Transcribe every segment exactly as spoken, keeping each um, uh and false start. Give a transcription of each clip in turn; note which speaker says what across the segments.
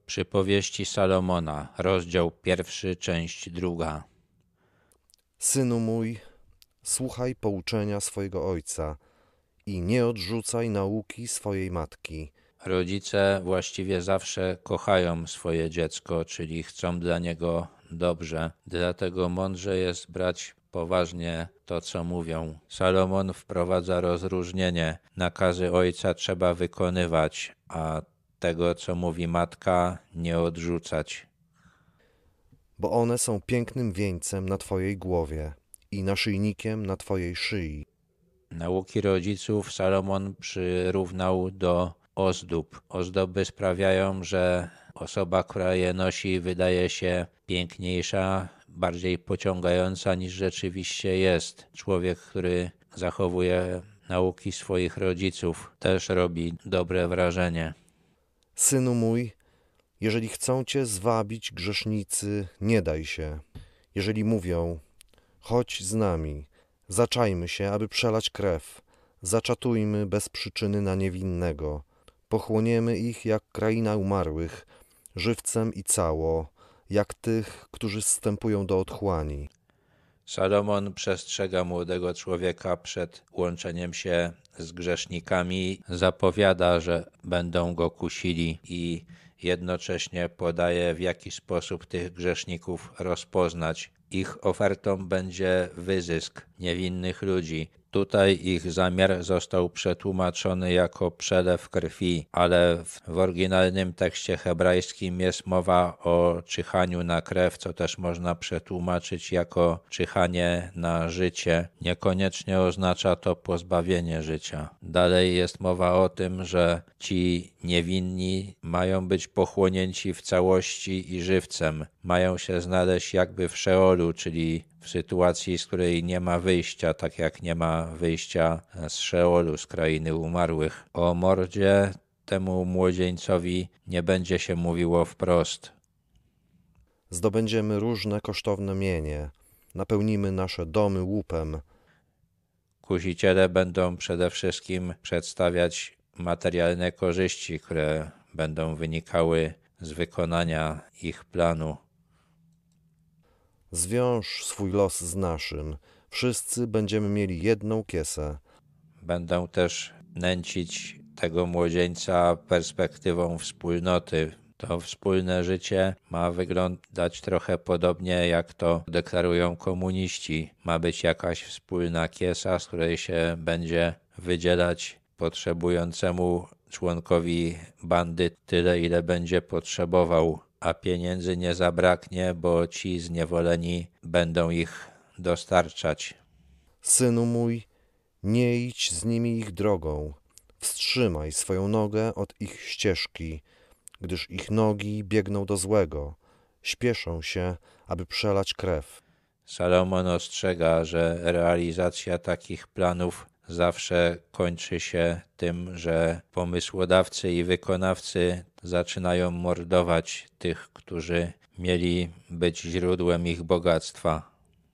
Speaker 1: Przypowieści Salomona, rozdział pierwszy, część druga.
Speaker 2: Synu mój, słuchaj pouczenia swojego ojca i nie odrzucaj nauki swojej matki.
Speaker 1: Rodzice właściwie zawsze kochają swoje dziecko, czyli chcą dla niego dobrze. Dlatego mądrze jest brać poważnie to, co mówią. Salomon wprowadza rozróżnienie. Nakazy ojca trzeba wykonywać, a tego, co mówi matka, nie odrzucać.
Speaker 2: Bo one są pięknym wieńcem na twojej głowie i naszyjnikiem na twojej szyi.
Speaker 1: Nauki rodziców Salomon przyrównał do ozdób. Ozdoby sprawiają, że osoba, która je nosi, wydaje się piękniejsza, bardziej pociągająca niż rzeczywiście jest. Człowiek, który zachowuje nauki swoich rodziców, też robi dobre wrażenie.
Speaker 2: Synu mój, jeżeli chcą cię zwabić grzesznicy, nie daj się. Jeżeli mówią, chodź z nami, zaczajmy się, aby przelać krew, zaczatujmy bez przyczyny na niewinnego, pochłoniemy ich jak kraina umarłych, żywcem i cało, jak tych, którzy zstępują do otchłani.
Speaker 1: Salomon przestrzega młodego człowieka przed łączeniem się z grzesznikami, zapowiada, że będą go kusili i jednocześnie podaje, w jaki sposób tych grzeszników rozpoznać. Ich ofertą będzie wyzysk niewinnych ludzi. Tutaj ich zamiar został przetłumaczony jako przelew krwi, ale w, w oryginalnym tekście hebrajskim jest mowa o czyhaniu na krew, co też można przetłumaczyć jako czyhanie na życie. Niekoniecznie oznacza to pozbawienie życia. Dalej jest mowa o tym, że ci niewinni mają być pochłonięci w całości i żywcem. Mają się znaleźć jakby w Szeolu, czyli w sytuacji, z której nie ma wyjścia, tak jak nie ma wyjścia z Szeolu, z krainy umarłych. O mordzie temu młodzieńcowi nie będzie się mówiło wprost.
Speaker 2: Zdobędziemy różne kosztowne mienie, napełnimy nasze domy łupem.
Speaker 1: Kusiciele będą przede wszystkim przedstawiać materialne korzyści, które będą wynikały z wykonania ich planu.
Speaker 2: Zwiąż swój los z naszym, wszyscy będziemy mieli jedną kiesę.
Speaker 1: Będą też nęcić tego młodzieńca perspektywą wspólnoty. To wspólne życie ma wyglądać trochę podobnie, jak to deklarują komuniści. Ma być jakaś wspólna kiesa, z której się będzie wydzielać potrzebującemu członkowi bandy tyle, ile będzie potrzebował, a pieniędzy nie zabraknie, bo ci zniewoleni będą ich dostarczać.
Speaker 2: Synu mój, nie idź z nimi ich drogą, wstrzymaj swoją nogę od ich ścieżki, gdyż ich nogi biegną do złego, śpieszą się, aby przelać krew.
Speaker 1: Salomon ostrzega, że realizacja takich planów zawsze kończy się tym, że pomysłodawcy i wykonawcy zaczynają mordować tych, którzy mieli być źródłem ich bogactwa.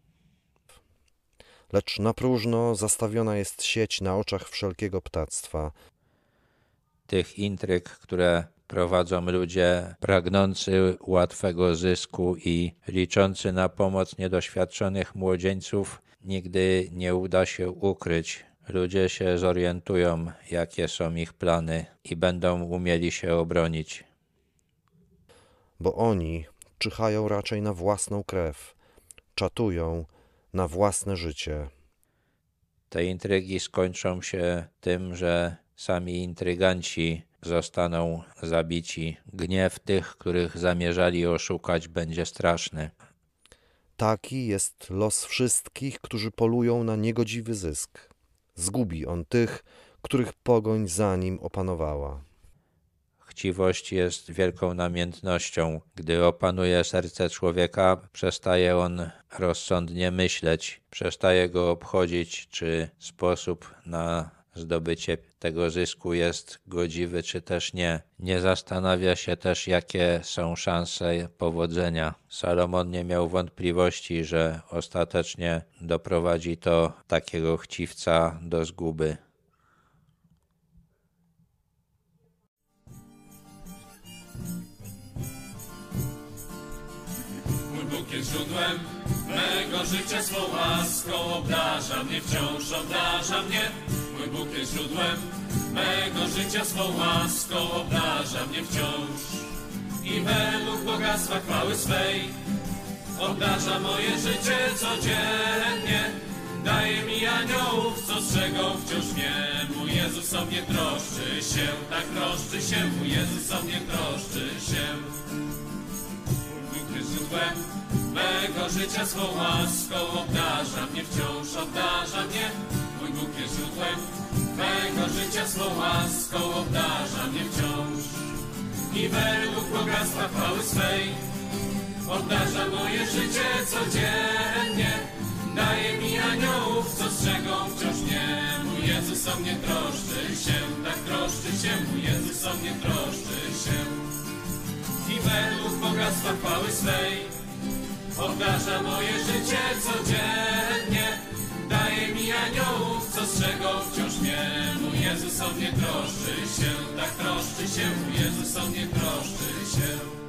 Speaker 2: Lecz na próżno zastawiona jest sieć na oczach wszelkiego ptactwa.
Speaker 1: Tych intryg, które prowadzą ludzie pragnący łatwego zysku i liczący na pomoc niedoświadczonych młodzieńców, nigdy nie uda się ukryć. Ludzie się zorientują, jakie są ich plany i będą umieli się obronić.
Speaker 2: Bo oni czyhają raczej na własną krew, czatują na własne życie.
Speaker 1: Te intrygi skończą się tym, że sami intryganci zostaną zabici. Gniew tych, których zamierzali oszukać, będzie straszny.
Speaker 2: Taki jest los wszystkich, którzy polują na niegodziwy zysk. Zgubi on tych, których pogoń za nim opanowała.
Speaker 1: Chciwość jest wielką namiętnością. Gdy opanuje serce człowieka, przestaje on rozsądnie myśleć, przestaje go obchodzić, czy sposób na zdobycie tego zysku jest godziwy, czy też nie. Nie zastanawia się też, jakie są szanse powodzenia. Salomon nie miał wątpliwości, że ostatecznie doprowadzi to takiego chciwca do zguby.
Speaker 3: Bóg jest źródłem mego życia, swą łaską obdarza mnie, wciąż obdarza mnie. Mój Bóg jest źródłem mego życia, swą łaską obdarza mnie wciąż. I według bogactwa chwały swej obdarza moje życie codziennie. Daje mi aniołów, co strzegą wciąż mnie. Mój Jezus o mnie troszczy się, tak troszczy się. Mój Jezus o mnie troszczy się. Mój Bóg jest źródłem mego życia, swą łaską obdarza mnie, wciąż obdarza mnie. Mój Bóg jest źródłem mego życia, swą łaską obdarza mnie wciąż. I według bogactwa chwały swej obdarza moje życie codziennie. Daje mi aniołów, co strzegą wciąż mnie. Mój Jezus o mnie troszczy się, tak troszczy się. Mój Jezus o mnie troszczy się. I według bogactwa chwały swej obdarza moje życie codziennie. Daje mi aniołów, co strzegą wciąż mnie. Mój Jezus o mnie troszczy się, tak troszczy się. Mój Jezus o mnie troszczy się.